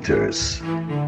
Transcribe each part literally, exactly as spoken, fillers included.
Hunters.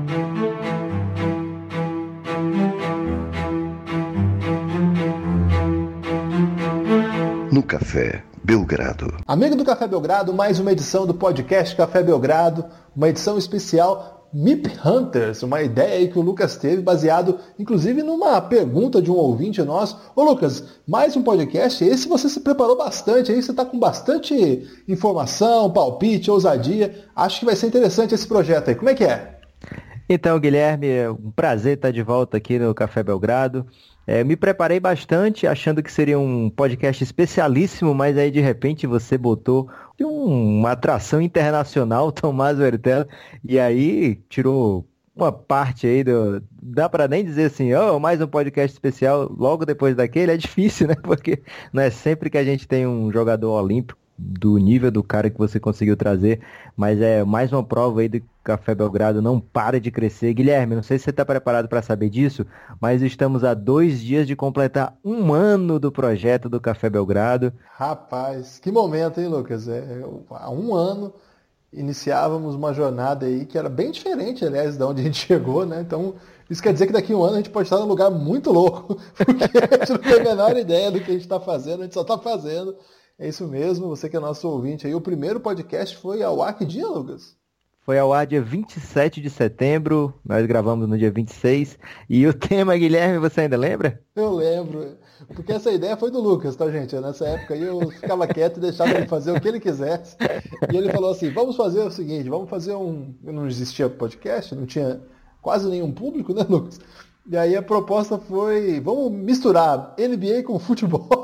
No Café Belgrado. Amigo do Café Belgrado, mais uma edição do podcast Café Belgrado, uma edição especial M I P Hunters, uma ideia aí que o Lucas teve, baseado inclusive numa pergunta de um ouvinte nosso. Ô Lucas, mais um podcast, esse você se preparou bastante, aí você está com bastante informação, palpite, ousadia, acho que vai ser interessante esse projeto aí, como é que é? Então, Guilherme, é um prazer estar de volta aqui no Café Belgrado. É, me preparei bastante, achando que seria um podcast especialíssimo, mas aí de repente você botou um, uma atração internacional, Tomás Vertella, e aí tirou uma parte aí do... Dá para nem dizer assim, oh, mais um podcast especial logo depois daquele, é difícil, né? Porque não é sempre que a gente tem um jogador olímpico do nível do cara que você conseguiu trazer, mas é mais uma prova aí do Café Belgrado não para de crescer. Guilherme, não sei se você está preparado para saber disso, mas estamos a dois dias de completar um ano do projeto do Café Belgrado. Rapaz, que momento, hein, Lucas? É, há um ano iniciávamos uma jornada aí que era bem diferente, aliás, de onde a gente chegou, né? Então, isso quer dizer que daqui a um ano a gente pode estar num lugar muito louco, porque a gente não tem a menor ideia do que a gente está fazendo, a gente só está fazendo. É isso mesmo, você que é nosso ouvinte aí. O primeiro podcast foi ao ar que dia, Lucas? Foi ao ar dia vinte e sete de setembro, nós gravamos no dia vinte e seis. E o tema, Guilherme, você ainda lembra? Eu lembro, porque essa ideia foi do Lucas, tá, gente? Nessa época aí eu ficava quieto e deixava ele fazer o que ele quisesse. E ele falou assim, vamos fazer o seguinte, vamos fazer um... Não existia podcast, não tinha quase nenhum público, né, Lucas? E aí a proposta foi, vamos misturar N B A com futebol.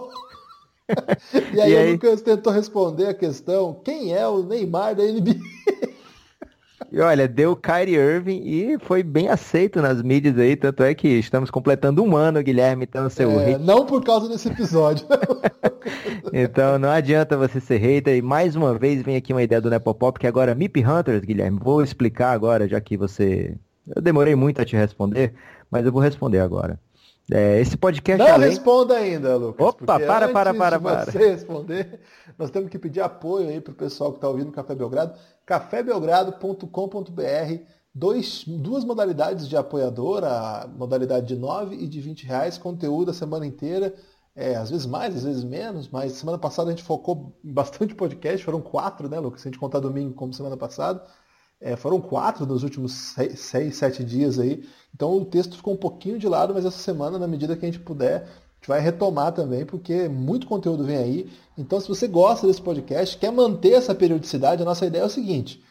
E aí, e aí o Lucas tentou responder a questão, quem é o Neymar da N B A? E olha, deu Kyrie Irving e foi bem aceito nas mídias aí, tanto é que estamos completando um ano, Guilherme, então seu é, hate... Não por causa desse episódio. Então não adianta você ser hater, e mais uma vez vem aqui uma ideia do Nepopop, que agora M I P Hunters, Guilherme, vou explicar agora, já que você... Eu demorei muito a te responder, mas eu vou responder agora. É, esse podcast Não além... responda ainda, Lucas. Opa, para, para, para, para. para. Você responder, nós temos que pedir apoio aí pro pessoal que está ouvindo o Café Belgrado. café belgrado ponto com ponto b r. Dois, duas modalidades de apoiador, a modalidade de nove e de vinte reais, conteúdo a semana inteira. É, às vezes mais, às vezes menos, mas semana passada a gente focou em bastante podcast, foram quatro, né, Lucas? Se a gente contar domingo como semana passada. É, foram quatro nos últimos seis, seis, sete dias aí. Então o texto ficou um pouquinho de lado, mas essa semana, na medida que a gente puder, a gente vai retomar também, porque muito conteúdo vem aí. Então, se você gosta desse podcast, quer manter essa periodicidade, a nossa ideia é o seguinte: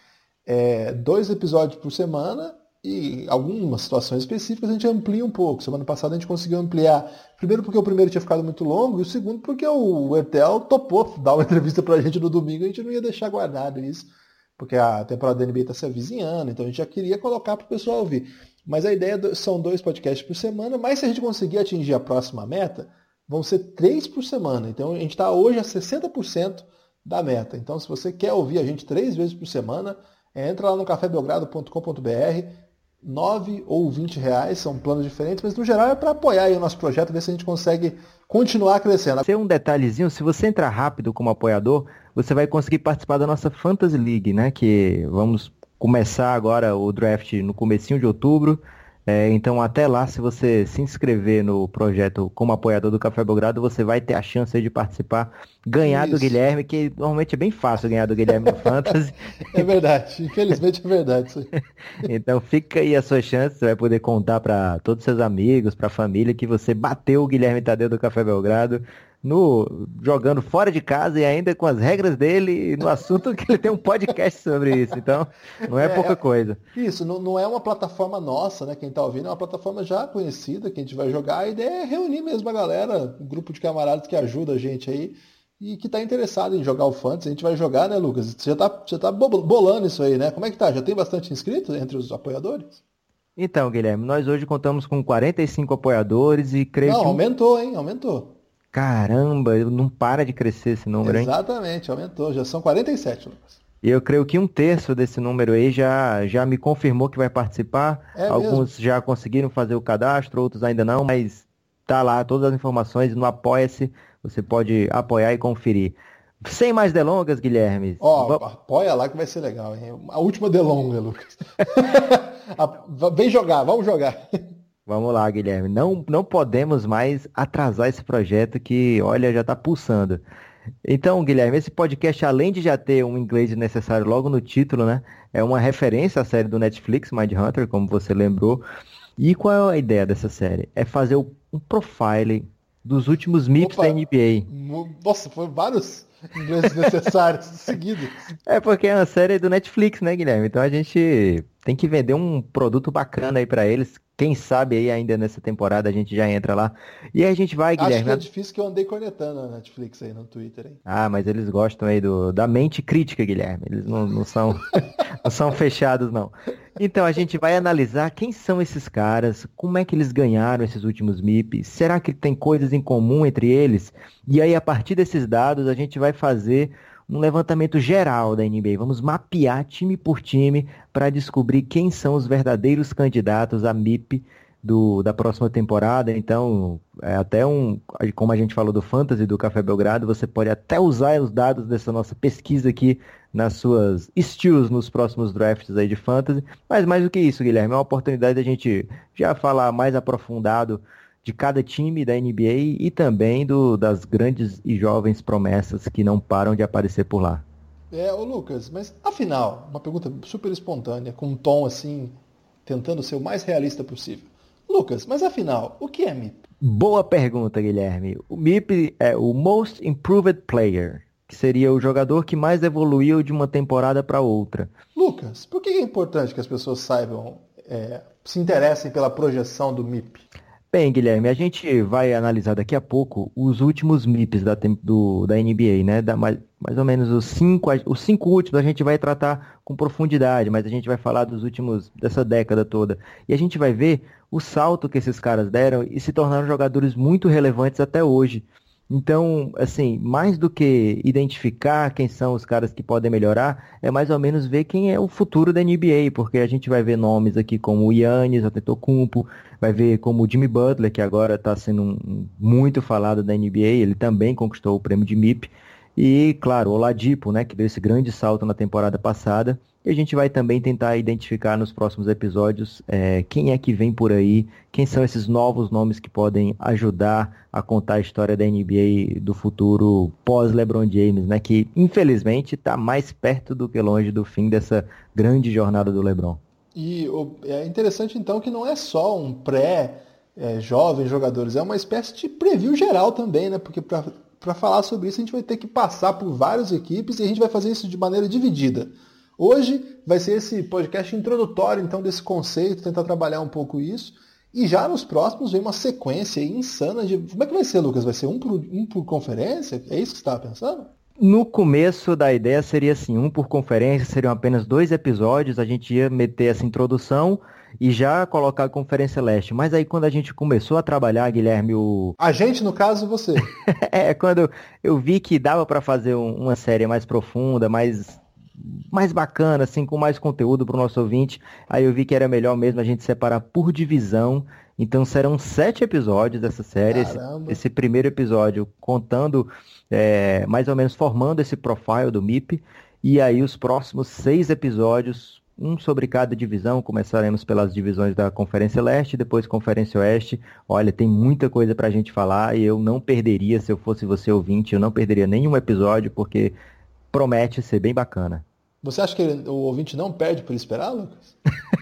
é, dois episódios por semana e algumas situações específicas a gente amplia um pouco. Semana passada a gente conseguiu ampliar. Primeiro porque o primeiro tinha ficado muito longo, e o segundo porque o Ertel topou dar uma entrevista pra gente no domingo e a gente não ia deixar guardado isso. Porque a temporada da N B A está se avizinhando, então a gente já queria colocar para o pessoal ouvir. Mas a ideia são dois podcasts por semana, mas se a gente conseguir atingir a próxima meta, vão ser três por semana. Então a gente está hoje a sessenta por cento da meta. Então se você quer ouvir a gente três vezes por semana, entra lá no café belgrado ponto com ponto b r, nove ou vinte reais, são planos diferentes, mas no geral é para apoiar aí o nosso projeto, ver se a gente consegue continuar crescendo. Tem um detalhezinho, se você entrar rápido como apoiador, você vai conseguir participar da nossa Fantasy League, né? Que vamos começar agora o draft no comecinho de outubro. É, então até lá, se você se inscrever no projeto como apoiador do Café Belgrado, você vai ter a chance aí de participar, ganhar Isso. do Guilherme, que normalmente é bem fácil ganhar do Guilherme no Fantasy. É verdade, infelizmente é verdade isso aí. Então fica aí a sua chance, você vai poder contar para todos os seus amigos, para a família, que você bateu o Guilherme Tadeu do Café Belgrado. No, jogando fora de casa e ainda com as regras dele, no assunto que ele tem um podcast sobre isso, então não é, é pouca coisa. Isso, não, não é uma plataforma nossa, né? Quem tá ouvindo é uma plataforma já conhecida, que a gente vai jogar. A ideia é reunir mesmo a galera, um grupo de camaradas que ajuda a gente aí e que tá interessado em jogar o Fantasy. A gente vai jogar, né, Lucas? Você já tá, já tá bolando isso aí, né? Como é que tá? Já tem bastante inscritos entre os apoiadores? Então, Guilherme, nós hoje contamos com quarenta e cinco apoiadores e creio não, que... aumentou, hein? Aumentou. Caramba, não para de crescer esse número, hein? Exatamente, aumentou. Já são quarenta e sete, Lucas. E eu creio que um terço desse número aí já, já me confirmou que vai participar. É Alguns mesmo? já conseguiram fazer o cadastro, outros ainda não, mas tá lá todas as informações no Apoia-se. Você pode apoiar e conferir. Sem mais delongas, Guilherme. Ó, Va- apoia lá que vai ser legal, hein? A última delonga, Lucas. A- Vem jogar, vamos jogar. Vamos lá, Guilherme. Não, não podemos mais atrasar esse projeto que, olha, já está pulsando. Então, Guilherme, esse podcast, além de já ter um inglês necessário logo no título, né? É uma referência à série do Netflix, Mindhunter, como você lembrou. E qual é a ideia dessa série? É fazer o- um profile dos últimos M I Ps Opa. da N B Mo- Nossa, foram vários ingleses necessários seguidos. A. É porque é uma série do Netflix, né, Guilherme? Então a gente tem que vender um produto bacana aí pra eles. Quem sabe aí ainda nessa temporada a gente já entra lá. E aí a gente vai, Acho Guilherme. que é difícil que eu andei cornetando na Netflix aí no Twitter, hein? Ah, mas eles gostam aí do, da mente crítica, Guilherme. Eles não, não são, não são fechados, não. Então, a gente vai analisar quem são esses caras, como é que eles ganharam esses últimos M I Ps, será que tem coisas em comum entre eles? E aí, a partir desses dados, a gente vai fazer um levantamento geral da N B A. Vamos mapear time por time para descobrir quem são os verdadeiros candidatos a M I P do, da próxima temporada. Então, é até um, como a gente falou do Fantasy do Café Belgrado, você pode até usar os dados dessa nossa pesquisa aqui nas suas steals nos próximos drafts aí de Fantasy. Mas mais do que isso, Guilherme, é uma oportunidade da gente já falar mais aprofundado de cada time da N B A e também do, das grandes e jovens promessas que não param de aparecer por lá. É, ô Lucas, mas afinal, uma pergunta super espontânea, com um tom assim, tentando ser o mais realista possível. Lucas, mas afinal, o que é M I P? Boa pergunta, Guilherme. O M I P é o Most Improved Player, que seria o jogador que mais evoluiu de uma temporada para outra. Lucas, por que é importante que as pessoas saibam, é, se interessem pela projeção do M I P? Bem, Guilherme, a gente vai analisar daqui a pouco os últimos M I Ps da, tem- do, da N B A, né? Da, mais, mais ou menos os cinco, os cinco últimos a gente vai tratar com profundidade, mas a gente vai falar dos últimos dessa década toda. E a gente vai ver o salto que esses caras deram e se tornaram jogadores muito relevantes até hoje. Então, assim, mais do que identificar quem são os caras que podem melhorar, é mais ou menos ver quem é o futuro da N B A, porque a gente vai ver nomes aqui como o Giannis Antetokounmpo, vai ver como o Jimmy Butler, que agora está sendo um- um muito falado da N B A, ele também conquistou o prêmio de M I P, e, claro, o Oladipo, né, que deu esse grande salto na temporada passada, e a gente vai também tentar identificar nos próximos episódios eh, quem é que vem por aí, quem são esses novos nomes que podem ajudar a contar a história da N B A do futuro pós-LeBron James, né? Que infelizmente está mais perto do que longe do fim dessa grande jornada do LeBron. E o- é interessante então que não é só um pré-jovem jogadores, é uma espécie de preview geral também, né? Porque para falar sobre isso a gente vai ter que passar por várias equipes e a gente vai fazer isso de maneira dividida. Hoje vai ser esse podcast introdutório então desse conceito, tentar trabalhar um pouco isso. E já nos próximos vem uma sequência aí insana de... Como é que vai ser, Lucas? Vai ser um por, um por conferência? É isso que você estava pensando? No começo da ideia seria assim, um por conferência, seriam apenas dois episódios, a gente ia meter essa introdução e já colocar a Conferência Leste. Mas aí quando a gente começou a trabalhar, Guilherme, o... A gente, no caso, você. é, quando eu vi que dava para fazer um- uma série mais profunda, mais, mais bacana, assim, com mais conteúdo para o nosso ouvinte, aí eu vi que era melhor mesmo a gente separar por divisão. Então serão sete episódios dessa série. Esse, Caramba. esse primeiro episódio contando, é, mais ou menos formando esse profile do M I P. E aí os próximos seis episódios, um sobre cada divisão. Começaremos pelas divisões da Conferência Leste, depois Conferência Oeste. Olha, tem muita coisa pra gente falar e eu não perderia, se eu fosse você ouvinte, eu não perderia nenhum episódio, porque promete ser bem bacana. Você acha que ele- o ouvinte não perde por esperar, Lucas?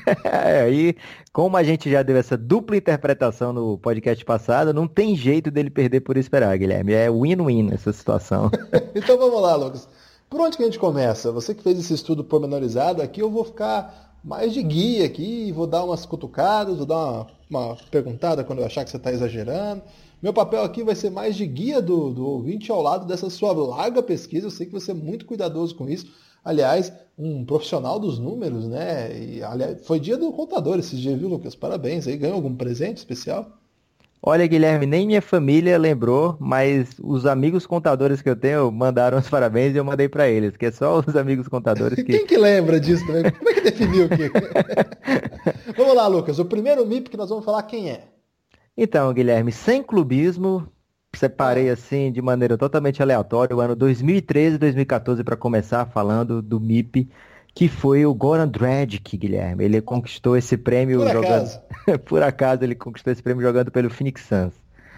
É, aí, como a gente já deu essa dupla interpretação no podcast passado, não tem jeito dele perder por esperar, Guilherme. É win-win essa situação. Então vamos lá, Lucas. Por onde que a gente começa? Você que fez esse estudo pormenorizado, aqui eu vou ficar mais de guia aqui, vou dar umas cutucadas, vou dar uma, uma perguntada quando eu achar que você está exagerando. Meu papel aqui vai ser mais de guia do, do ouvinte ao lado dessa sua larga pesquisa. Eu sei que você é muito cuidadoso com isso. Aliás, um profissional dos números, né? E, aliás, foi dia do contador esses dias, viu, Lucas? Parabéns aí. Ganhou algum presente especial? Olha, Guilherme, nem minha família lembrou, mas os amigos contadores que eu tenho mandaram os parabéns e eu mandei pra eles, que é só os amigos contadores que... Quem que lembra disso também? Como é que definiu aqui? Vamos lá, Lucas. O primeiro M I P que nós vamos falar quem é? Então, Guilherme, sem clubismo, separei assim de maneira totalmente aleatória o ano dois mil e treze e dois mil e quatorze para começar falando do M I P, que foi o Goran Dragic, Guilherme. Ele conquistou esse prêmio Por jogando... acaso. Por acaso ele conquistou esse prêmio jogando pelo Phoenix Suns.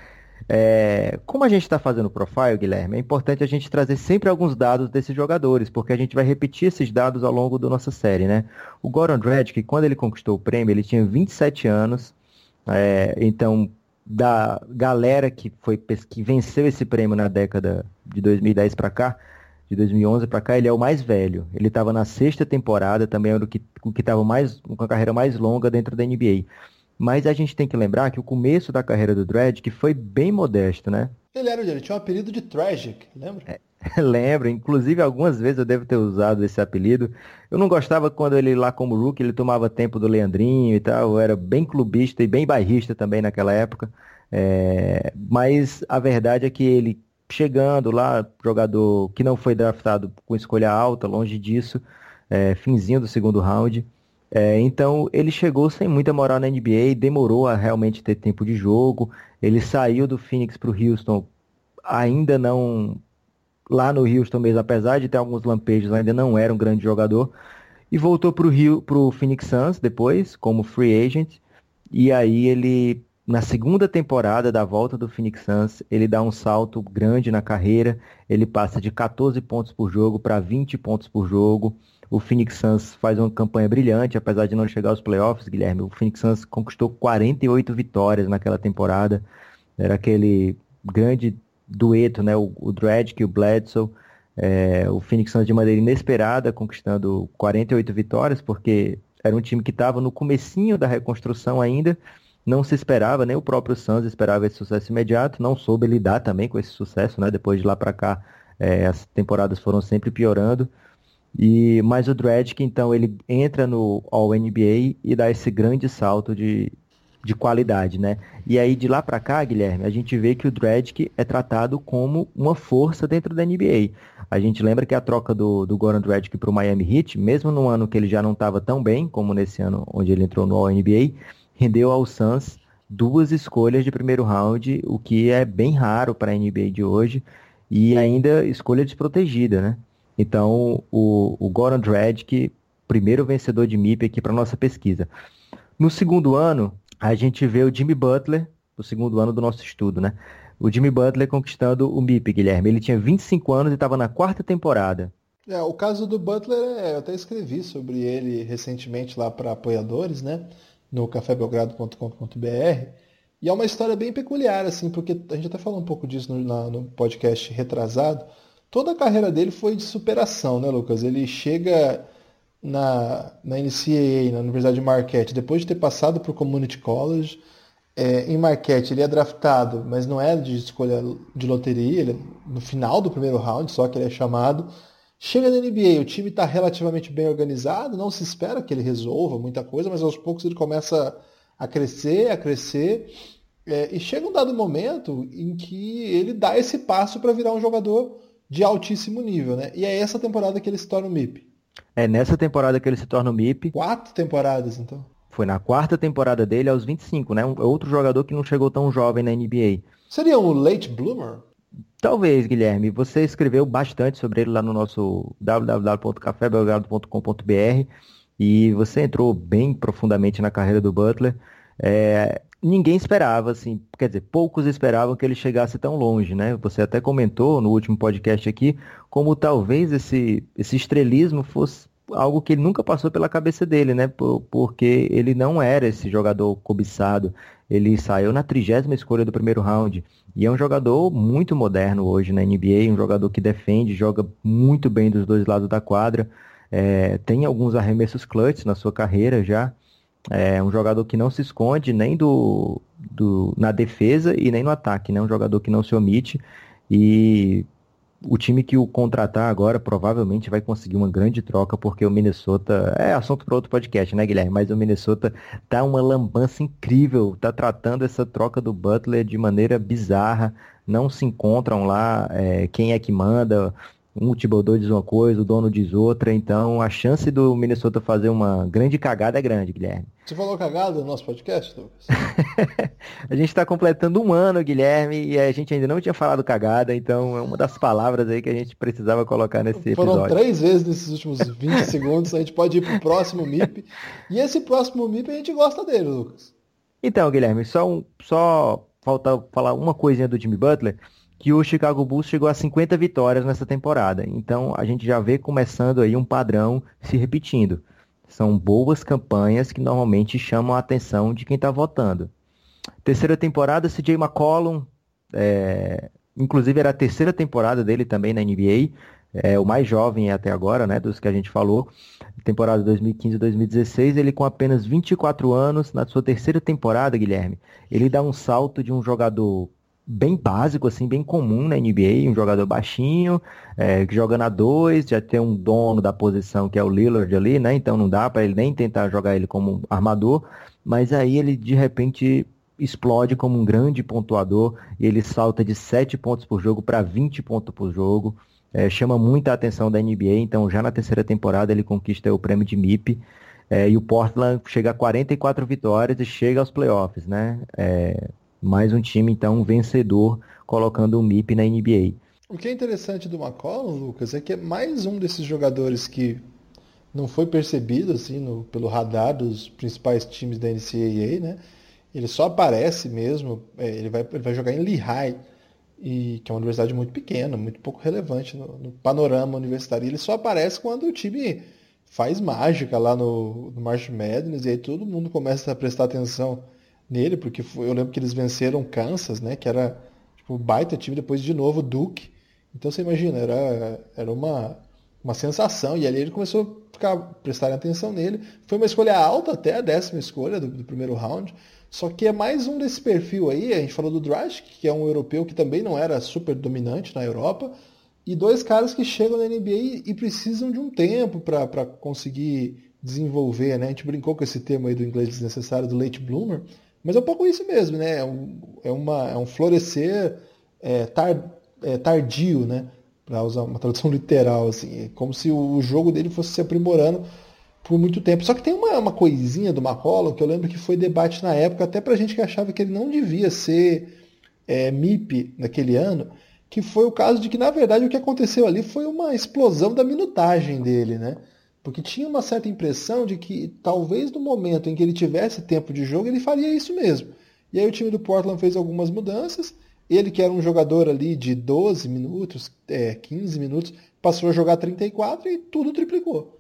É, como a gente está fazendo o profile, Guilherme, é importante a gente trazer sempre alguns dados desses jogadores, porque a gente vai repetir esses dados ao longo da nossa série, né? O Goran Dragic, quando ele conquistou o prêmio, ele tinha vinte e sete anos, é, então, da galera que, foi, que venceu esse prêmio na década de dois mil e dez para cá, de dois mil e onze para cá, ele é o mais velho. Ele estava na sexta temporada, também era o que estava mais com a carreira mais longa dentro da N B A. Mas a gente tem que lembrar que o começo da carreira do Dragic foi bem modesto, né? Ele era, ele tinha um apelido de Tragic, lembra? É, lembro, inclusive algumas vezes eu devo ter usado esse apelido. Eu não gostava quando ele lá como rookie, ele tomava tempo do Leandrinho e tal, eu era bem clubista e bem bairrista também naquela época. É, mas a verdade é que ele chegando lá, jogador que não foi draftado com escolha alta, longe disso, é, finzinho do segundo round. É, então ele chegou sem muita moral na N B A, demorou a realmente ter tempo de jogo. Ele saiu do Phoenix para o Houston, ainda não lá no Houston mesmo, apesar de ter alguns lampejos, ainda não era um grande jogador. E voltou para o Phoenix Suns depois, como free agent. E aí ele, na segunda temporada da volta do Phoenix Suns, ele dá um salto grande na carreira. Ele passa de quatorze pontos por jogo para vinte pontos por jogo. O Phoenix Suns faz uma campanha brilhante, apesar de não chegar aos playoffs, Guilherme. O Phoenix Suns conquistou quarenta e oito vitórias naquela temporada. Era aquele grande dueto, né? O, o Dragic e o Bledsoe. É, o Phoenix Suns de maneira inesperada, conquistando quarenta e oito vitórias, porque era um time que estava no comecinho da reconstrução ainda. Não se esperava, nem o próprio Suns esperava esse sucesso imediato. Não soube lidar também com esse sucesso, né? Depois de lá para cá, é, as temporadas foram sempre piorando. E, mas o Dragic, então, ele entra no All N B A e dá esse grande salto de, de qualidade, né? E aí, de lá pra cá, Guilherme, a gente vê que o Dragic é tratado como uma força dentro da N B A. A gente lembra que a troca do, do Goran Dragic pro Miami Heat, mesmo no ano que ele já não estava tão bem, como nesse ano onde ele entrou no All N B A, rendeu ao Suns duas escolhas de primeiro round, o que é bem raro para a N B A de hoje, e ainda escolha desprotegida, né? Então, o, o Goran Dragic, primeiro vencedor de M I P aqui para nossa pesquisa. No segundo ano, a gente vê o Jimmy Butler, no segundo ano do nosso estudo, né? O Jimmy Butler conquistando o M I P, Guilherme. Ele tinha vinte e cinco anos e estava na quarta temporada. É, o caso do Butler, é, eu até escrevi sobre ele recentemente lá para apoiadores, né? No café belgrado ponto com ponto b r. E é uma história bem peculiar, assim, porque a gente até falou um pouco disso no, na, no podcast retrasado. Toda a carreira dele foi de superação, né, Lucas? Ele chega na, na N C A A, na Universidade de Marquette, depois de ter passado por Community College. É, em Marquette ele é draftado, mas não é de escolha de loteria, ele é no final do primeiro round, só que ele é chamado. Chega na N B A, o time está relativamente bem organizado, não se espera que ele resolva muita coisa, mas aos poucos ele começa a crescer, a crescer. É, e chega um dado momento em que ele dá esse passo para virar um jogador de altíssimo nível, né? E é essa temporada que ele se torna o M I P. É nessa temporada que ele se torna o M I P. Quatro temporadas, então. Foi na quarta temporada dele, aos vinte e cinco, né? Um, outro jogador que não chegou tão jovem na N B A. Seria um late bloomer? Talvez, Guilherme. Você escreveu bastante sobre ele lá no nosso w w w ponto café belgrado ponto com ponto b r e você entrou bem profundamente na carreira do Butler. É, ninguém esperava, assim, quer dizer, poucos esperavam que ele chegasse tão longe, né? Você até comentou no último podcast aqui como talvez esse, esse estrelismo fosse algo que ele nunca passou pela cabeça dele, né? Por, porque ele não era esse jogador cobiçado. Ele saiu na trigésima escolha do primeiro round. E é um jogador muito moderno hoje na N B A, um jogador que defende, joga muito bem dos dois lados da quadra. É, tem alguns arremessos clutch na sua carreira já. É um jogador que não se esconde nem do, do, na defesa e nem no ataque, né? Um jogador que não se omite. E o time que o contratar agora provavelmente vai conseguir uma grande troca, porque o Minnesota... É assunto para outro podcast, né, Guilherme? Mas o Minnesota tá uma lambança incrível, tá tratando essa troca do Butler de maneira bizarra, não se encontram lá é, quem é que manda. Um Thibodeau diz uma coisa, o dono diz outra, então a chance do Minnesota fazer uma grande cagada é grande, Guilherme. Você falou cagada no nosso podcast, Lucas? A gente está completando um ano, Guilherme, e a gente ainda não tinha falado cagada, então é uma das palavras aí que a gente precisava colocar nesse episódio. Foram três vezes nesses últimos vinte segundos, a gente pode ir pro próximo M I P. E esse próximo M I P a gente gosta dele, Lucas. Então, Guilherme, só, um, só falta falar uma coisinha do Jimmy Butler, que o Chicago Bulls chegou a cinquenta vitórias nessa temporada. Então, a gente já vê começando aí um padrão se repetindo. São boas campanhas que normalmente chamam a atenção de quem está votando. Terceira temporada, C J McCollum, é, inclusive era a terceira temporada dele também na N B A, é, o mais jovem até agora, né, dos que a gente falou. Temporada dois mil e quinze a dois mil e dezesseis, ele com apenas vinte e quatro anos, na sua terceira temporada, Guilherme, ele dá um salto de um jogador bem básico, assim, bem comum na N B A, um jogador baixinho, é, que joga na dois, já tem um dono da posição que é o Lillard ali, né, então não dá para ele nem tentar jogar ele como um armador, mas aí ele de repente explode como um grande pontuador e ele salta de sete pontos por jogo para vinte pontos por jogo, é, chama muita atenção da N B A, então já na terceira temporada ele conquista o prêmio de M I P, é, e o Portland chega a quarenta e quatro vitórias e chega aos playoffs, né, é, mais um time, então, vencedor, colocando o M I P na N B A. O que é interessante do McCollum, Lucas, é que é mais um desses jogadores que não foi percebido assim, no, pelo radar dos principais times da N C A A, né? Ele só aparece mesmo, é, ele, vai, ele vai jogar em Lehigh, e, que é uma universidade muito pequena, muito pouco relevante no, no panorama universitário. E ele só aparece quando o time faz mágica lá no, no March Madness, e aí todo mundo começa a prestar atenção nele, porque foi, eu lembro que eles venceram Kansas, né, que era tipo, um baita time, depois de novo Duke. Então você imagina, era, era uma, uma sensação, e ali ele começou a ficar, prestar atenção nele. Foi uma escolha alta, até a décima escolha do, do primeiro round, só que é mais um desse perfil aí. A gente falou do Dragic, que é um europeu que também não era super dominante na Europa, e dois caras que chegam na N B A e precisam de um tempo para conseguir desenvolver, né? A gente brincou com esse termo aí do inglês desnecessário, do late bloomer, mas é um pouco isso mesmo, né? É um, é uma, é um florescer é, tar, é, tardio, né? Para usar uma tradução literal, assim. É como se o jogo dele fosse se aprimorando por muito tempo. Só que tem uma, uma coisinha do McCollum que eu lembro que foi debate na época, até pra gente que achava que ele não devia ser é, M I P naquele ano, que foi o caso de que, na verdade, o que aconteceu ali foi uma explosão da minutagem dele, né? Porque tinha uma certa impressão de que talvez no momento em que ele tivesse tempo de jogo, ele faria isso mesmo. E aí o time do Portland fez algumas mudanças. Ele, que era um jogador ali de doze minutos, é, quinze minutos, passou a jogar trinta e quatro e tudo triplicou.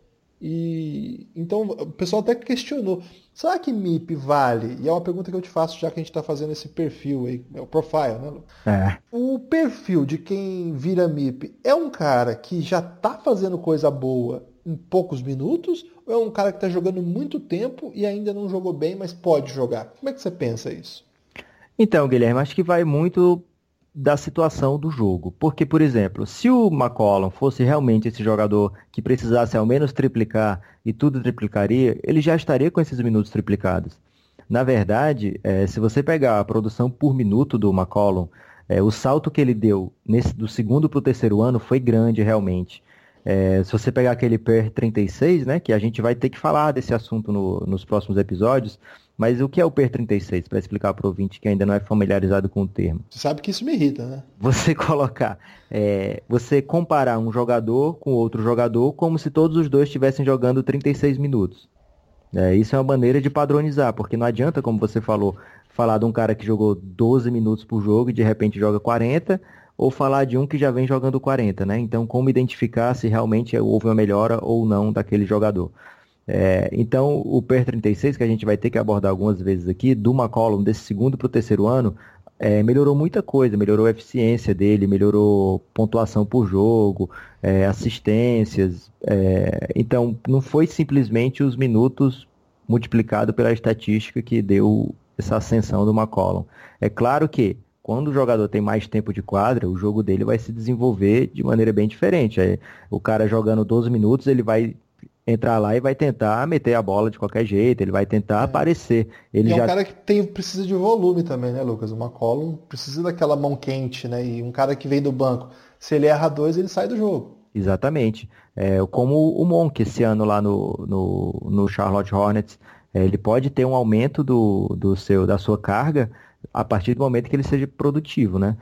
E então o pessoal até questionou, será que M I P vale? E é uma pergunta que eu te faço já que a gente está fazendo esse perfil aí, é o profile, né, Lu? É. O perfil de quem vira M I P é um cara que já está fazendo coisa boa em poucos minutos, ou é um cara que está jogando muito tempo e ainda não jogou bem, mas pode jogar? Como é que você pensa isso? Então, Guilherme, acho que vai muito da situação do jogo. Porque, por exemplo, se o McCollum fosse realmente esse jogador que precisasse ao menos triplicar e tudo triplicaria, ele já estaria com esses minutos triplicados. Na verdade, é, se você pegar a produção por minuto do McCollum, é, o salto que ele deu nesse, do segundo para o terceiro ano foi grande realmente. É, se você pegar aquele P E R trinta e seis, né, que a gente vai ter que falar desse assunto no, nos próximos episódios, mas o que é o P E R trinta e seis, para explicar para o ouvinte que ainda não é familiarizado com o termo? Você sabe que isso me irrita, né? Você colocar, é, você comparar um jogador com outro jogador como se todos os dois estivessem jogando trinta e seis minutos. É, isso é uma maneira de padronizar, porque não adianta, como você falou, falar de um cara que jogou doze minutos por jogo e de repente joga quarenta, ou falar de um que já vem jogando quarenta, né? Então, como identificar se realmente houve uma melhora ou não daquele jogador? É, então, o P E R trinta e seis, que a gente vai ter que abordar algumas vezes aqui, do McCollum, desse segundo para o terceiro ano, é, melhorou muita coisa, melhorou a eficiência dele, melhorou pontuação por jogo, é, assistências. É, então, não foi simplesmente os minutos multiplicado pela estatística que deu essa ascensão do McCollum. É claro que quando o jogador tem mais tempo de quadra, o jogo dele vai se desenvolver de maneira bem diferente. Aí, o cara jogando doze minutos, ele vai entrar lá e vai tentar meter a bola de qualquer jeito, ele vai tentar é. aparecer. Ele e já... é um cara que tem, precisa de volume também, né, Lucas? O McCollum precisa daquela mão quente, né? E um cara que vem do banco, se ele erra dois, ele sai do jogo. Exatamente. É, como o Monk esse ano lá no, no, no Charlotte Hornets, é, ele pode ter um aumento do, do seu, da sua carga a partir do momento que ele seja produtivo, né?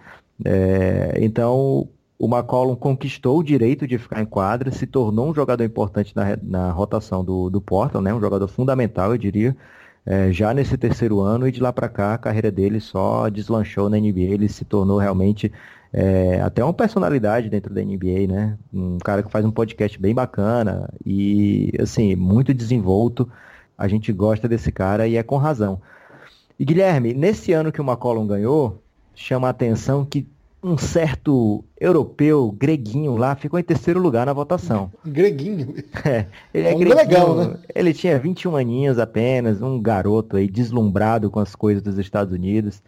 É, então, o McCollum conquistou o direito de ficar em quadra, se tornou um jogador importante na, na rotação do, do Portland, né? Um jogador fundamental, eu diria, é, já nesse terceiro ano, e de lá para cá a carreira dele só deslanchou na N B A, ele se tornou realmente é, até uma personalidade dentro da N B A, né? Um cara que faz um podcast bem bacana e, assim, muito desenvolto. A gente gosta desse cara e é com razão. E Guilherme, nesse ano que o McCollum ganhou, chama a atenção que um certo europeu, greguinho lá, ficou em terceiro lugar na votação. Greguinho? É, ele é, é um greguinho, legal, né? Ele tinha vinte e um aninhos apenas, um garoto aí deslumbrado com as coisas dos Estados Unidos,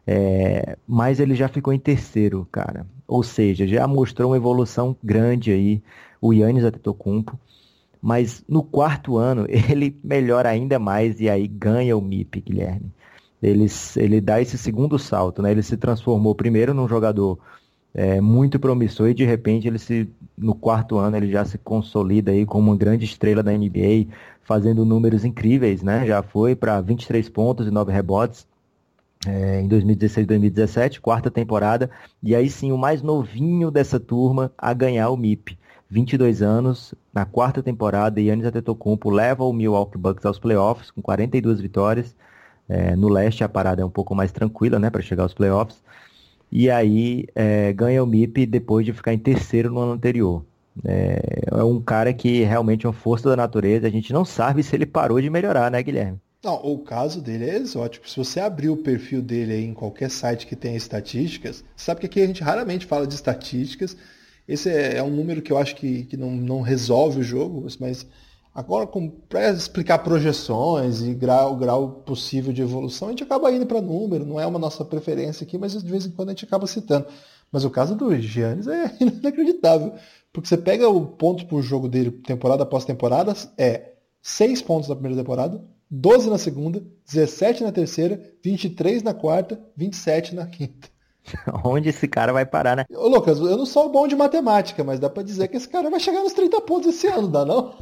é, mas ele já ficou em terceiro, cara. Ou seja, já mostrou uma evolução grande aí, o Giannis Antetokounmpo. Mas no quarto ano ele melhora ainda mais e aí ganha o M I P, Guilherme. Ele, ele dá esse segundo salto, né? Ele se transformou primeiro num jogador é, muito promissor e de repente ele se, no quarto ano ele já se consolida aí como uma grande estrela da N B A, fazendo números incríveis, né? Já foi para vinte e três pontos e nove rebotes é, em dois mil e dezesseis, dois mil e dezessete, quarta temporada, e aí sim o mais novinho dessa turma a ganhar o M I P. vinte e dois anos, na quarta temporada, Giannis Antetokounmpo leva o Milwaukee Bucks aos playoffs com quarenta e duas vitórias. É, no leste a parada é um pouco mais tranquila, né, para chegar aos playoffs. E aí é, ganha o M I P depois de ficar em terceiro no ano anterior. É, é um cara que realmente é uma força da natureza. A gente não sabe se ele parou de melhorar, né, Guilherme? Não, o caso dele é exótico. Se você abrir o perfil dele aí em qualquer site que tenha estatísticas, sabe que aqui a gente raramente fala de estatísticas. Esse é, é um número que eu acho que, que não, não resolve o jogo, mas agora, para explicar projeções e grau, grau possível de evolução, a gente acaba indo para número, não é uma nossa preferência aqui, mas de vez em quando a gente acaba citando. Mas o caso do Giannis é inacreditável, porque você pega o ponto por jogo dele temporada após temporada, é seis pontos na primeira temporada, doze na segunda, dezessete na terceira, vinte e três na quarta, vinte e sete na quinta. Onde esse cara vai parar, né? Ô, Lucas, eu não sou bom de matemática, mas dá pra dizer que esse cara vai chegar nos trinta pontos esse ano, dá não?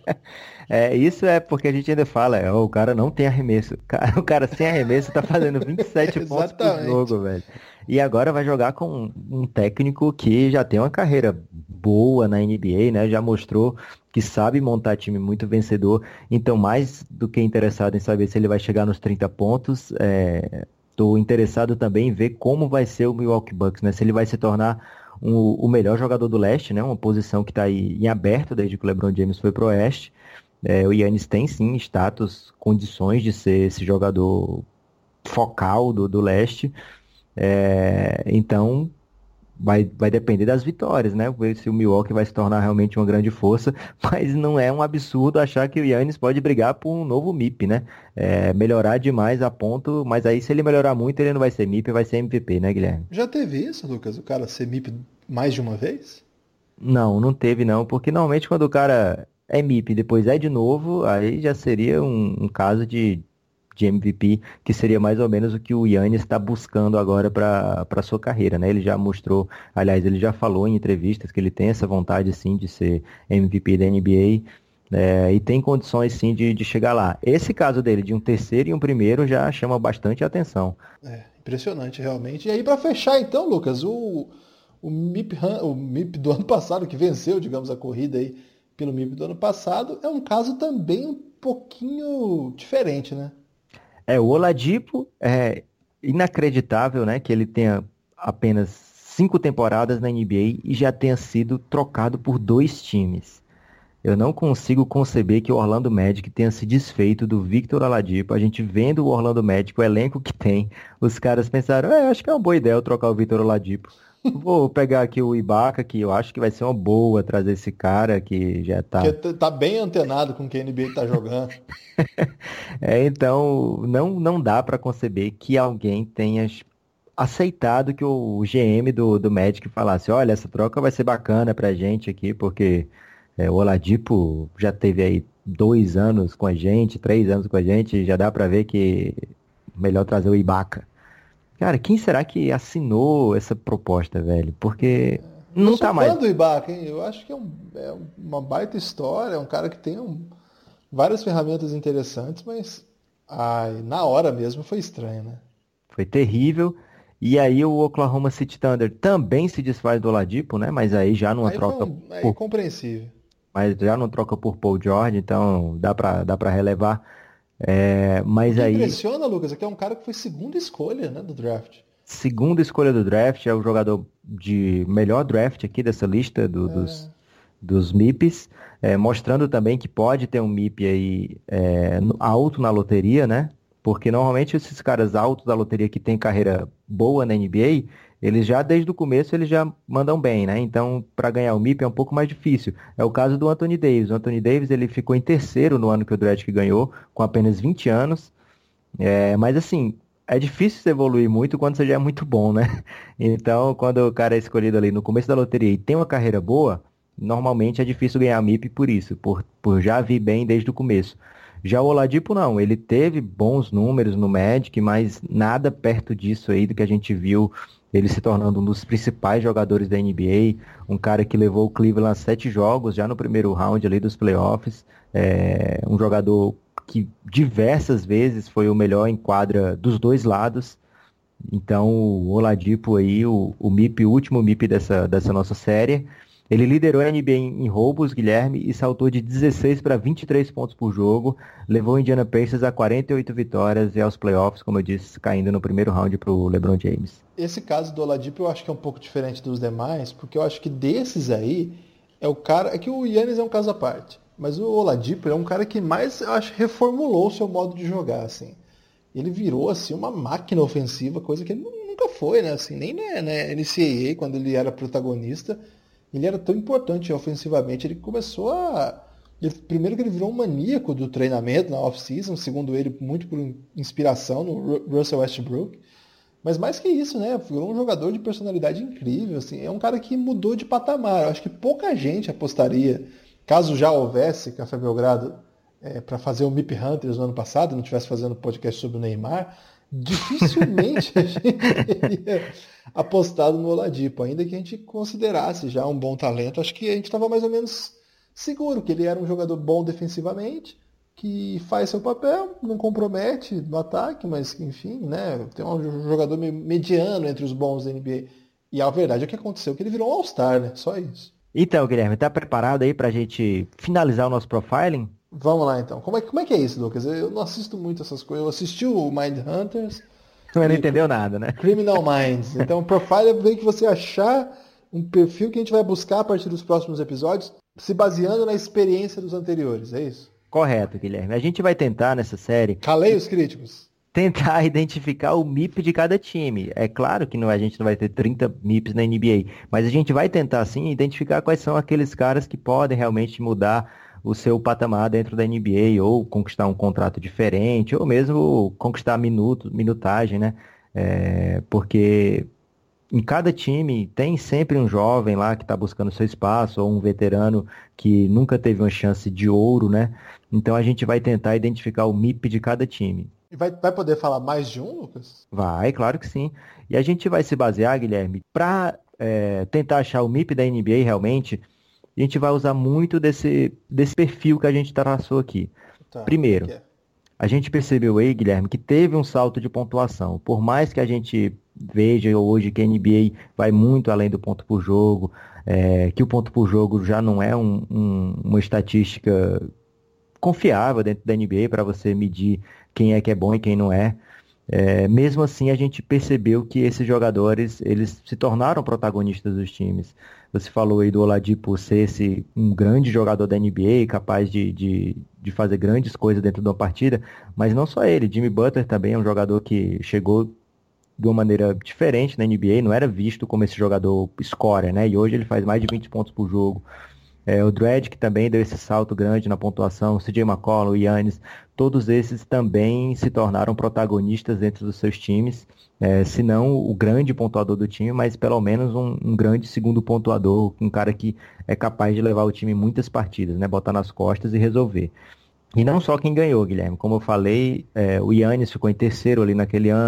É, isso é porque a gente ainda fala, é, o cara não tem arremesso. O cara, o cara sem arremesso tá fazendo vinte e sete pontos por jogo, velho. E agora vai jogar com um técnico que já tem uma carreira boa na N B A, né? Já mostrou que sabe montar time muito vencedor. Então, mais do que interessado em saber se ele vai chegar nos trinta pontos, é... Estou interessado também em ver como vai ser o Milwaukee Bucks, né? Se ele vai se tornar um, o melhor jogador do leste, né? Uma posição que está aí em aberto desde que o LeBron James foi pro oeste. É, o Giannis tem sim status, condições de ser esse jogador focal do, do leste. É, então vai, vai depender das vitórias, né? Ver se o Milwaukee vai se tornar realmente uma grande força, mas não é um absurdo achar que o Giannis pode brigar por um novo M I P, né? É, melhorar demais a ponto, mas aí se ele melhorar muito, ele não vai ser M I P, vai ser M V P, né, Guilherme? Já teve isso, Lucas? O cara ser M I P mais de uma vez? Não, não teve não, porque normalmente quando o cara é M I P e depois é de novo, aí já seria um, um caso de de M V P, que seria mais ou menos o que o Giannis está buscando agora para a sua carreira, né? Ele já mostrou, aliás, ele já falou em entrevistas que ele tem essa vontade, sim, de ser M V P da N B A, é, e tem condições, sim, de, de chegar lá. Esse caso dele, de um terceiro e um primeiro, já chama bastante atenção. É, impressionante, realmente. E aí, para fechar, então, Lucas, o, o, M I P, o M I P do ano passado, que venceu, digamos, a corrida aí pelo M I P do ano passado, é um caso também um pouquinho diferente, né? É, o Oladipo é inacreditável, né, que ele tenha apenas cinco temporadas na N B A e já tenha sido trocado por dois times. Eu não consigo conceber que o Orlando Magic tenha se desfeito do Victor Oladipo. A gente vendo o Orlando Magic, o elenco que tem, os caras pensaram, é, acho que é uma boa ideia eu trocar o Victor Oladipo. Vou pegar aqui o Ibaka, que eu acho que vai ser uma boa trazer esse cara que já tá... Que tá bem antenado com o que a N B A tá jogando. É, então, não, não dá para conceber que alguém tenha aceitado que o G M do, do Magic falasse, olha, essa troca vai ser bacana pra gente aqui, porque é, o Oladipo já teve aí dois anos com a gente, três anos com a gente, já dá pra ver que melhor trazer o Ibaka. Cara, quem será que assinou essa proposta, velho? Porque Não eu sou tá fã mais. do Ibaka, hein? Eu acho que é, um- é uma baita história, é um cara que tem um- várias ferramentas interessantes, mas ai, na hora mesmo foi estranho, né? Foi terrível. E aí o Oklahoma City Thunder também se desfaz do Oladipo, né? Mas aí já numa Aí foi troca um, aí por, compreensível. mas já numa troca por Paul George, então dá pra, dá pra relevar. É, O mas que aí, impressiona, Lucas, é que é um cara que foi segunda escolha, né, do draft. segunda escolha do draft, é o jogador de melhor draft aqui dessa lista do- dos, dos M I Ps, é, mostrando também que pode ter um M I P aí é, no- alto na loteria, né? Porque normalmente esses caras altos da loteria que têm carreira boa na N B A, eles já desde o começo eles já mandam bem, né? Então, para ganhar o M I P é um pouco mais difícil. É o caso do Anthony Davis. O Anthony Davis ele ficou em terceiro no ano que o draft ganhou, com apenas vinte anos. É, mas assim, é difícil você evoluir muito quando você já é muito bom, né? Então, quando o cara é escolhido ali no começo da loteria e tem uma carreira boa, normalmente é difícil ganhar M I P por isso, por, por já vir bem desde o começo. Já o Oladipo não, ele teve bons números no Magic, mas nada perto disso aí do que a gente viu ele se tornando um dos principais jogadores da N B A, um cara que levou o Cleveland a sete jogos já no primeiro round ali dos playoffs, é, um jogador que diversas vezes foi o melhor em quadra dos dois lados. Então, o Oladipo aí, o, o M I P, o último M I P dessa, dessa nossa série, ele liderou a N B A em, em roubos, Guilherme, e saltou de dezesseis para vinte e três pontos por jogo, levou o Indiana Pacers a quarenta e oito vitórias e aos playoffs, como eu disse, caindo no primeiro round para o LeBron James. Esse caso do Oladipo eu acho que é um pouco diferente dos demais, porque eu acho que desses aí é o cara. É que o Yannis é um caso à parte, mas o Oladipo é um cara que mais, eu acho, reformulou o seu modo de jogar, assim. Ele virou assim uma máquina ofensiva, coisa que ele nu- nunca foi, né? Assim, nem na, na N C A A, quando ele era protagonista, ele era tão importante ofensivamente. Ele começou a. Ele- primeiro que ele virou um maníaco do treinamento na off-season, segundo ele, muito por inspiração no Ru- Russell Westbrook. Mas mais que isso, né? Virou um jogador de personalidade incrível, assim. É um cara que mudou de patamar. Eu acho que pouca gente apostaria, caso já houvesse Café Belgrado para fazer o M I P Hunters no ano passado, não estivesse fazendo podcast sobre o Neymar, dificilmente a gente teria apostado no Oladipo, ainda que a gente considerasse já um bom talento. Acho que a gente estava mais ou menos seguro que ele era um jogador bom defensivamente, que faz seu papel, não compromete no ataque, mas enfim, né? Tem um jogador meio mediano entre os bons da N B A. E a verdade é que aconteceu que ele virou um All-Star, né? Só isso. Então, Guilherme, tá preparado aí pra gente finalizar o nosso profiling? Vamos lá então. Como é, como é que é isso, Lucas? Eu não assisto muito essas coisas. Eu assisti o Mind Hunters Você não e entendeu nada, né? Criminal Minds. Então, o profile é ver que você achar um perfil que a gente vai buscar a partir dos próximos episódios, se baseando na experiência dos anteriores, é isso? Correto, Guilherme. A gente vai tentar nessa série Calei os críticos. tentar identificar o M I P de cada time. É claro que não, a gente não vai ter trinta M I Ps na N B A, mas a gente vai tentar sim identificar quais são aqueles caras que podem realmente mudar o seu patamar dentro da N B A ou conquistar um contrato diferente ou mesmo conquistar minuto, minutagem, né? É, porque em cada time tem sempre um jovem lá que está buscando seu espaço ou um veterano que nunca teve uma chance de ouro, né? Então a gente vai tentar identificar o M I P de cada time. E vai, vai poder falar mais de um, Lucas? Vai, claro que sim. E a gente vai se basear, Guilherme, para tentar achar o M I P da N B A realmente, a gente vai usar muito desse, desse perfil que a gente traçou aqui. Tá, Primeiro, o que é? a gente percebeu aí, Guilherme, que teve um salto de pontuação. Por mais que a gente veja hoje que a N B A vai muito além do ponto por jogo, é, que o ponto por jogo já não é um- um- uma estatística confiável dentro da N B A para você medir quem é que é bom e quem não é. É, mesmo assim, a gente percebeu que esses jogadores, eles se tornaram protagonistas dos times. Você falou aí do Oladipo ser esse, um grande jogador da N B A, capaz de, de, de fazer grandes coisas dentro de uma partida, mas não só ele, Jimmy Butler também é um jogador que chegou de uma maneira diferente na N B A, não era visto como esse jogador scorer, né? E hoje ele faz mais de vinte pontos por jogo. É, o Dredd, que também deu esse salto grande na pontuação, o C J McCollum, o Giannis, todos esses também se tornaram protagonistas dentro dos seus times, é, se não o grande pontuador do time, mas pelo menos um, um grande segundo pontuador, um cara que é capaz de levar o time em muitas partidas, né, botar nas costas e resolver. E não só quem ganhou, Guilherme. Como eu falei, é, o Giannis ficou em terceiro ali naquele ano,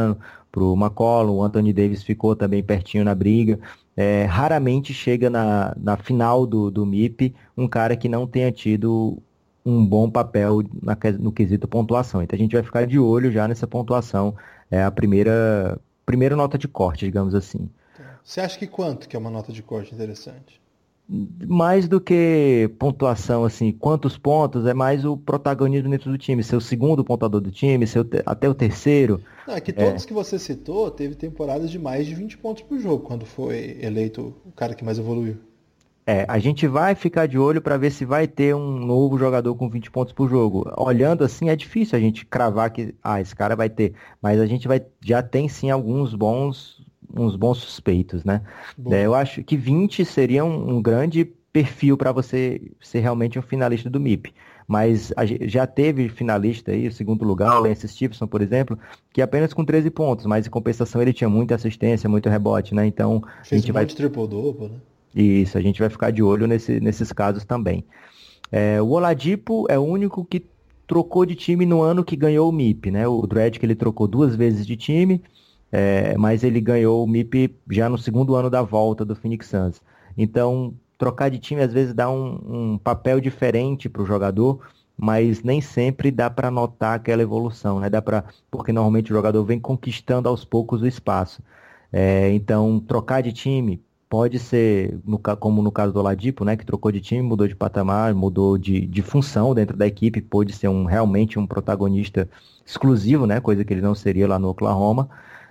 pro McCollum, o Anthony Davis ficou também pertinho na briga. É, raramente chega na, na final do, do M I P um cara que não tenha tido um bom papel na, no quesito pontuação. Então a gente vai ficar de olho já nessa pontuação, é a primeira, primeira nota de corte, digamos assim. Você acha que quanto que é uma nota de corte interessante? Mais do que pontuação, assim, quantos pontos, é mais o protagonismo dentro do time, ser o segundo pontuador do time, ser o te- até o terceiro. Não, é que todos que você citou teve temporadas de mais de vinte pontos por jogo, quando foi eleito o cara que mais evoluiu. É, a gente vai ficar de olho para ver se vai ter um novo jogador com vinte pontos por jogo. Olhando assim, é difícil a gente cravar que, ah, esse cara vai ter, mas a gente vai, já tem sim alguns bons, uns bons suspeitos, né? Bom. É, eu acho que vinte seria um, um grande perfil para você ser realmente um finalista do M I P. Mas a gente já teve finalista aí, o segundo lugar, o Lance Stephenson, por exemplo, que apenas com treze pontos, mas em compensação ele tinha muita assistência, muito rebote, né? Então a Fez gente um vai. monte de triple-double, né? Isso, a gente vai ficar de olho nesse- nesses casos também. É, o Oladipo é o único que trocou de time no ano que ganhou o M I P, né? O Dredd que ele trocou duas vezes de time, é, mas ele ganhou o M I P já no segundo ano da volta do Phoenix Suns. Então, trocar de time às vezes dá um, um papel diferente para o jogador, mas nem sempre dá para notar aquela evolução, né? Dá para, porque normalmente o jogador vem conquistando aos poucos o espaço. É, então, trocar de time pode ser, no ca- como no caso do Oladipo, né, que trocou de time, mudou de patamar, mudou de, de função dentro da equipe, pôde ser um, realmente um protagonista exclusivo, né, coisa que ele não seria lá no Oklahoma.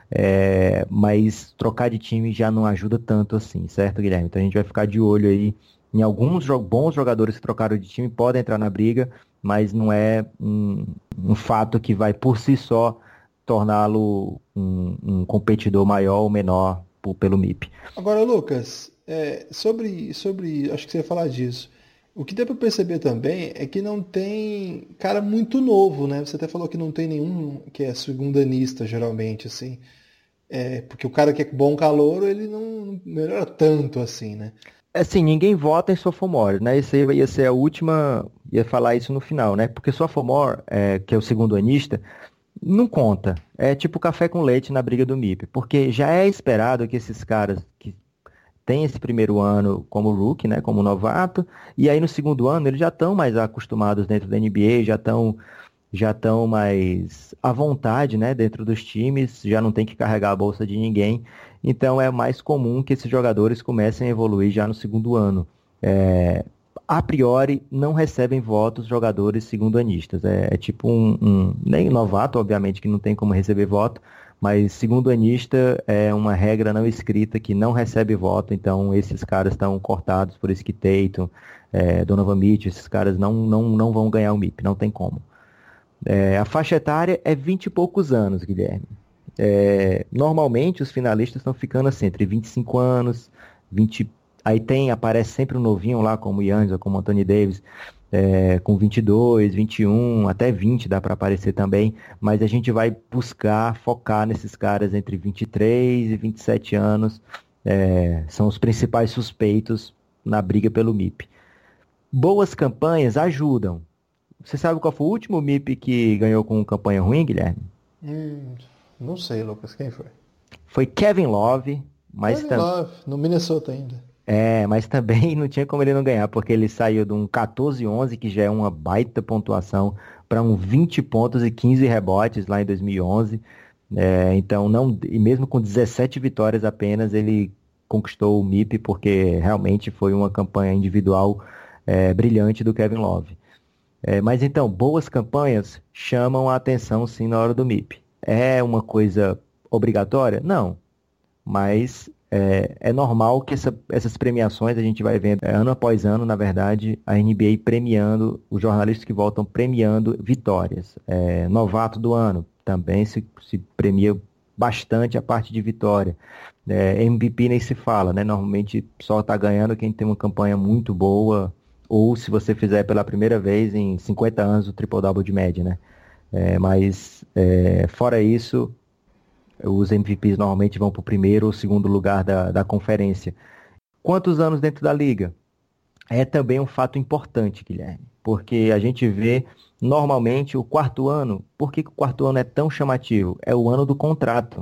É, mas trocar de time já não ajuda tanto assim, certo, Guilherme? Então a gente vai ficar de olho aí em alguns jo- bons jogadores que trocaram de time, podem entrar na briga, mas não é um, um fato que vai por si só torná-lo um, um competidor maior ou menor po- pelo M I P. Agora, Lucas, é, sobre, sobre, acho que você ia falar disso. O que deu para perceber também é que não tem cara muito novo, né? Você até falou que não tem nenhum que é segundanista, geralmente, assim. É, porque o cara que é bom calouro, ele não melhora tanto assim, né? Assim, ninguém vota em sophomore, né? Isso aí ia ser a última, ia falar isso no final, né? Porque sophomore, é, que é o segundo anista, não conta. É tipo café com leite na briga do M I P, porque já é esperado que esses caras que têm esse primeiro ano como rookie, né, como novato, e aí no segundo ano eles já estão mais acostumados dentro da N B A, já estão já estão mais à vontade, né, dentro dos times, já não tem que carregar a bolsa de ninguém. Então é mais comum que esses jogadores comecem a evoluir já no segundo ano. É, a priori, não recebem votos jogadores segundo-anistas. É, é tipo um, um- nem novato, obviamente, que não tem como receber voto, mas segundo-anista é uma regra não escrita que não recebe voto, então esses caras estão cortados, por isso que Tatum, é, Donovan Mitchell, esses caras não, não, não vão ganhar o M I P, não tem como. É, a faixa etária é vinte e poucos anos, Guilherme. É, normalmente os finalistas estão ficando assim, entre vinte e cinco anos, vinte. Aí tem, aparece sempre um novinho lá, como o Yannis ou como o Anthony Davis, é, com vinte e dois, vinte e um, até vinte dá para aparecer também, mas a gente vai buscar focar nesses caras entre vinte e três e vinte e sete anos, é, são os principais suspeitos na briga pelo M I P. Boas campanhas ajudam. Você sabe qual foi o último M I P que ganhou com campanha ruim, Guilherme? Hum, não sei, Lucas, quem foi? Foi Kevin Love, mas, Kevin tam- Love, no Minnesota ainda. é, mas também não tinha como ele não ganhar, porque ele saiu de um quatorze onze, que já é uma baita pontuação, para um vinte pontos e quinze rebotes lá em dois mil e onze. É, então, não, e mesmo com dezessete vitórias apenas, ele conquistou o M I P, porque realmente foi uma campanha individual é, brilhante do Kevin Love. É, mas então, boas campanhas chamam a atenção sim na hora do M I P. É uma coisa obrigatória? Não. Mas é, é normal que essa- essas premiações a gente vai vendo é, ano após ano, na verdade, a N B A premiando, os jornalistas que voltam premiando vitórias. É, novato do ano também se, se premia bastante a parte de vitória. É, M V P nem se fala, né? Normalmente só está ganhando quem tem uma campanha muito boa, ou se você fizer pela primeira vez em cinquenta anos o triple-double de média, né? É, mas é, fora isso, os M V Ps normalmente vão para o primeiro ou segundo lugar da, da conferência. Quantos anos dentro da liga? É também um fato importante, Guilherme, porque a gente vê normalmente o quarto ano. Por que que o quarto ano é tão chamativo? É o ano do contrato.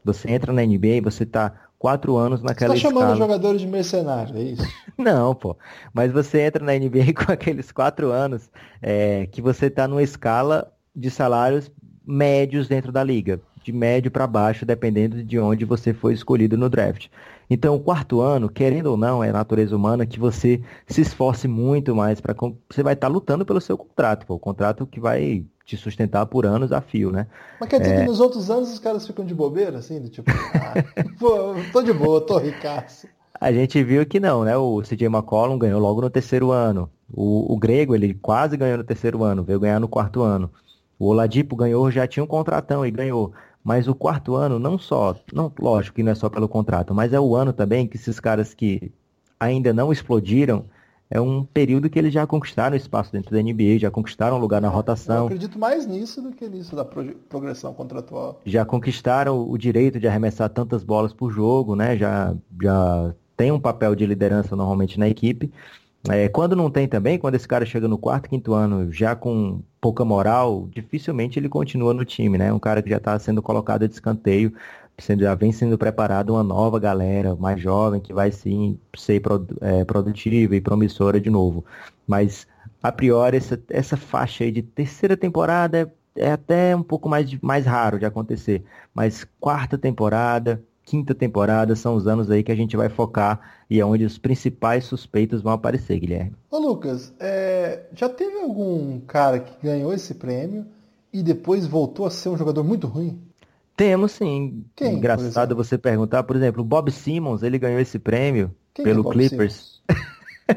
Você entra na N B A e você tá quatro anos naquela escala. Você tá chamando escala. jogadores de mercenário, é isso? Não, pô. Mas você entra na N B A com aqueles quatro anos é, que você tá numa escala de salários médios dentro da liga. De médio para baixo, dependendo de onde você foi escolhido no draft. Então, o quarto ano, querendo ou não, é natureza humana que você se esforce muito mais para você vai estar lutando pelo seu contrato, pô, o contrato que vai te sustentar por anos a fio, né? Mas quer dizer É... que nos outros anos os caras ficam de bobeira, assim, do tipo, ah, pô, tô de boa, tô ricaço. A gente viu que não, né? O C J McCollum ganhou logo no terceiro ano. O, o Grego, ele quase ganhou no terceiro ano, veio ganhar no quarto ano. O Oladipo ganhou, já tinha um contratão e ganhou. Mas o quarto ano, não só, não, lógico que não é só pelo contrato, mas é o ano também que esses caras que ainda não explodiram, é um período que eles já conquistaram espaço dentro da N B A, já conquistaram um lugar na Eu rotação, acredito mais nisso do que nisso da proje- progressão contratual. já conquistaram o direito de arremessar tantas bolas por jogo, né? Já, já tem um papel de liderança normalmente na equipe. É, quando não tem também, quando esse cara chega no quarto, quinto ano já com pouca moral, dificilmente ele continua no time, né? Um cara que já está sendo colocado de escanteio, sendo, já vem sendo preparado uma nova galera, mais jovem, que vai sim ser produ- é, produtiva e promissora de novo. Mas, a priori, essa, essa faixa aí de terceira temporada é, é até um pouco mais, de- mais raro de acontecer. Mas quarta temporada, quinta temporada são os anos aí que a gente vai focar e é onde os principais suspeitos vão aparecer, Guilherme. Ô Lucas, é, já teve algum cara que ganhou esse prêmio e depois voltou a ser um jogador muito ruim? Temos sim. Quem, por Engraçado exemplo? você perguntar, por exemplo, o Bob Simmons, ele ganhou esse prêmio Quem que é pelo Bob Clippers. Simmons?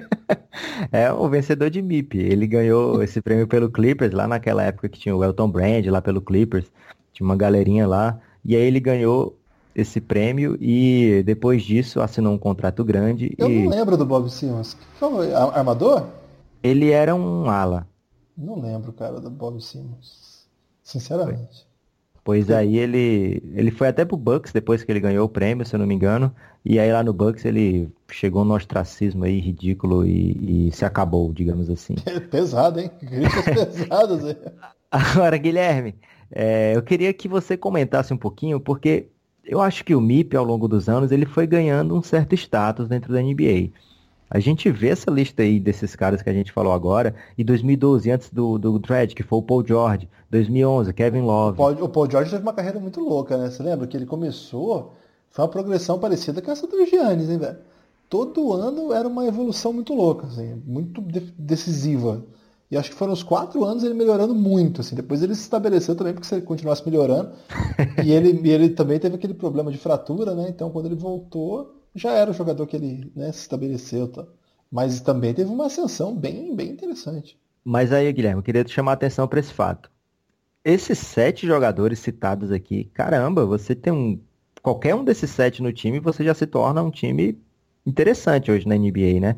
É o vencedor de M I P. Ele ganhou esse prêmio pelo Clippers, lá naquela época que tinha o Elton Brand lá pelo Clippers. Tinha uma galerinha lá. E aí ele ganhou esse prêmio e depois disso assinou um contrato grande Eu não e lembro do Bob Simmons. Que foi? Ar- Armador? ele era um ala. Não lembro, cara, do Bob Simmons. Sinceramente. Pois aí ele, ele foi até pro Bucks depois que ele ganhou o prêmio, se eu não me engano. E aí lá no Bucks ele chegou no ostracismo aí ridículo e, e se acabou, digamos assim. Pesado, hein? Críticas pesadas aí. Agora, Guilherme, é, eu queria que você comentasse um pouquinho, porque eu acho que o M I P, ao longo dos anos, ele foi ganhando um certo status dentro da N B A. A gente vê essa lista aí desses caras que a gente falou agora, em dois mil e doze, antes do, do draft, que foi o Paul George, dois mil e onze, Kevin O Love. Paul, o Paul George teve uma carreira muito louca, né? Você lembra que ele começou, foi uma progressão parecida com essa do Giannis, hein, velho? Todo ano era uma evolução muito louca, assim, muito de- decisiva. E acho que foram os quatro anos ele melhorando muito, assim. Depois ele se estabeleceu também, porque se ele continuasse melhorando. E ele, e ele também teve aquele problema de fratura, né? Então quando ele voltou, já era o jogador que ele, né, se estabeleceu, tá? Mas também teve uma ascensão bem, bem interessante. Mas aí, Guilherme, eu queria te chamar a atenção para esse fato. Esses sete jogadores citados aqui, caramba, você tem um. Qualquer um desses sete no time, você já se torna um time interessante hoje na N B A, né?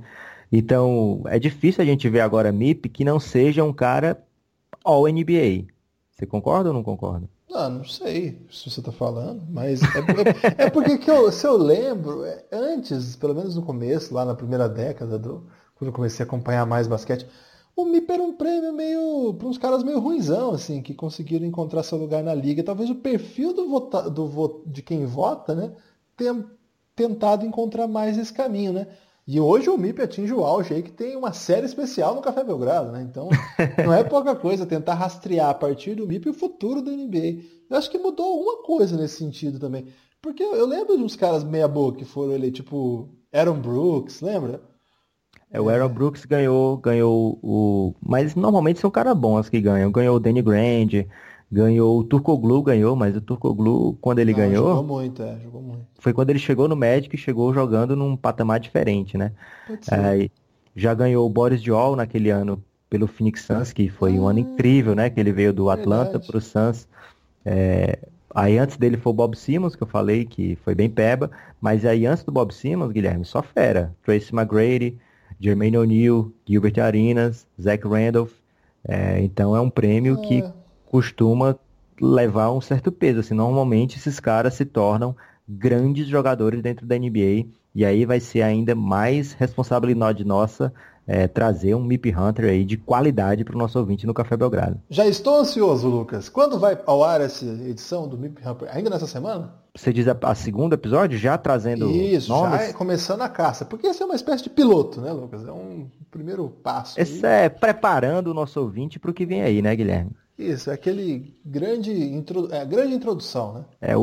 Então, é difícil a gente ver agora M I P que não seja um cara All N B A. Você concorda ou não concorda? Ah, não sei se você está falando, mas é, é- é porque que eu, se eu lembro, é, antes, pelo menos no começo, lá na primeira década, do, quando eu comecei a acompanhar mais basquete, o M I P era um prêmio meio para uns caras meio ruinzão, assim, que conseguiram encontrar seu lugar na liga. Talvez o perfil do vota, do vo- de quem vota, né, tenha tentado encontrar mais esse caminho, né? E hoje o M I P atinge o auge aí que tem uma série especial no Café Belgrado, né? Então, não é pouca coisa tentar rastrear a partir do M I P o futuro da N B A. Eu acho que mudou alguma coisa nesse sentido também. Porque eu lembro de uns caras meia boca que foram ali, tipo Aaron Brooks, lembra? É, o Aaron Brooks ganhou, ganhou o. Mas normalmente são caras bons que ganham. Ganhou o Danny Grande, ganhou o Turkoglu, ganhou, mas o Turkoglu, quando ele Não, ganhou, jogou muito, é, jogou muito. foi quando ele chegou no Magic e chegou jogando num patamar diferente, né? Pode ser. Aí, já ganhou o Boris Diaw naquele ano pelo Phoenix Suns, que foi um ano Ah, incrível, né? Que ele veio do Atlanta verdade. pro Suns. É, aí antes dele foi o Bob Simmons, que eu falei que foi bem peba, mas aí antes do Bob Simmons, Guilherme, só fera. Tracy McGrady, Jermaine O'Neal, Gilbert Arenas, Zach Randolph. É, então é um prêmio que É, costuma levar um certo peso. Assim, normalmente esses caras se tornam grandes jogadores dentro da N B A e aí vai ser ainda mais responsabilidade nossa é, trazer um M I P Hunter aí de qualidade para o nosso ouvinte no Café Belgrado. Já estou ansioso, Lucas. Quando vai ao ar essa edição do M I P Hunter? Ainda nessa semana? Você diz a, a segunda episódio, já trazendo Isso, nomes? já é começando a caça. Porque esse é uma espécie de piloto, né, Lucas? É um primeiro passo. Esse aí. é preparando o nosso ouvinte para o que vem aí, né, Guilherme? Isso, é aquele grande, intro... é, grande introdução, né? É o,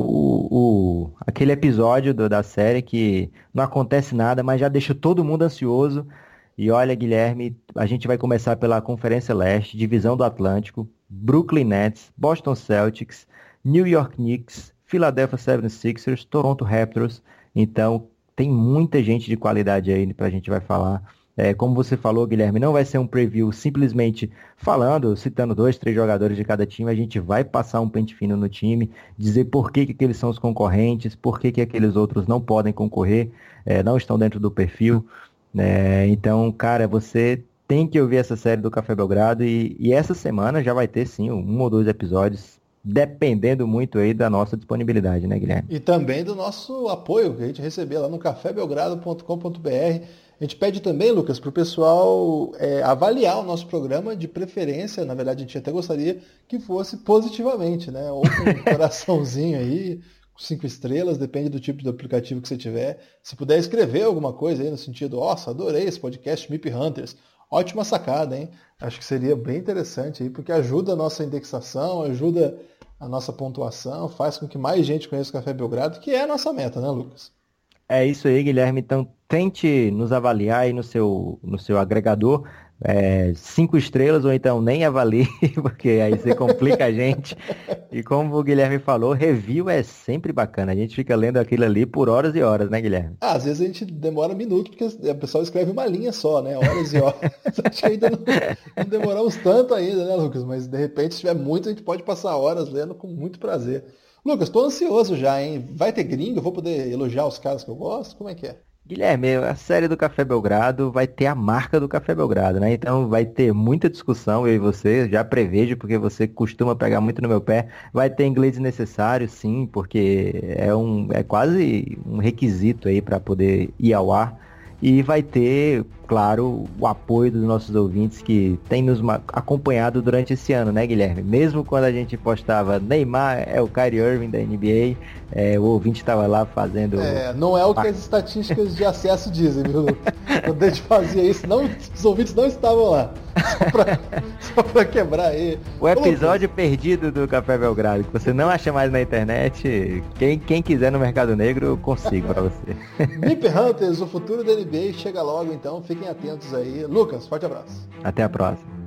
o aquele episódio do, da série que não acontece nada, mas já deixa todo mundo ansioso. E olha, Guilherme, a gente vai começar pela Conferência Leste, Divisão do Atlântico, Brooklyn Nets, Boston Celtics, New York Knicks, Philadelphia setenta e seis ers, Toronto Raptors. Então, tem muita gente de qualidade aí pra gente vai falar. É, como você falou, Guilherme, não vai ser um preview simplesmente falando, citando dois, três jogadores de cada time. A gente vai passar um pente fino no time, dizer por que, que aqueles são os concorrentes, por que, que aqueles outros não podem concorrer, é, não estão dentro do perfil. É, então, cara, você tem que ouvir essa série do Café Belgrado e, e essa semana já vai ter, sim, um ou dois episódios, dependendo muito aí da nossa disponibilidade, né, Guilherme? E também do nosso apoio que a gente receber lá no café belgrado ponto com ponto b r. A gente pede também, Lucas, para o pessoal é, avaliar o nosso programa, de preferência, na verdade a gente até gostaria que fosse positivamente, né? Ou com um coraçãozinho aí, cinco estrelas, depende do tipo de aplicativo que você tiver. Se puder escrever alguma coisa aí no sentido, nossa, adorei esse podcast M I P Hunters. Ótima sacada, hein? Acho que seria bem interessante aí, porque ajuda a nossa indexação, ajuda a nossa pontuação, faz com que mais gente conheça o Café Belgrado, que é a nossa meta, né, Lucas? É isso aí, Guilherme. Então, tente nos avaliar aí no seu, no seu agregador. É, cinco estrelas ou então nem avalie, porque aí você complica a gente. E como o Guilherme falou, review é sempre bacana. A gente fica lendo aquilo ali por horas e horas, né, Guilherme? Ah, às vezes a gente demora minutos, porque o pessoal escreve uma linha só, né? Horas e horas. Acho que ainda não, não demoramos tanto ainda, né, Lucas? Mas de repente, se tiver muito, a gente pode passar horas lendo com muito prazer. Lucas, tô ansioso já, hein? Vai ter gringo? Eu vou poder elogiar os caras que eu gosto? Como é que é? Guilherme, a série do Café Belgrado vai ter a marca do Café Belgrado, né? Então vai ter muita discussão, eu e você, já prevejo, porque você costuma pegar muito no meu pé. Vai ter inglês necessário, sim, porque é, um, é quase um requisito aí para poder ir ao ar. E vai ter, claro, o apoio dos nossos ouvintes que tem nos acompanhado durante esse ano, né, Guilherme? Mesmo quando a gente postava Neymar é o Kyrie Irving da N B A, é, o ouvinte estava lá fazendo... É, não é o que as estatísticas de acesso dizem, viu? Quando a gente fazia isso, não, os ouvintes não estavam lá. Só pra, só pra quebrar aí. O episódio Ô, perdido do Café Belgrado, que você não acha mais na internet, quem, quem quiser no Mercado Negro, eu consigo pra você. M I P Hunters, o futuro da N B A chega logo, então fiquem atentos aí. Lucas, forte abraço. Até a próxima.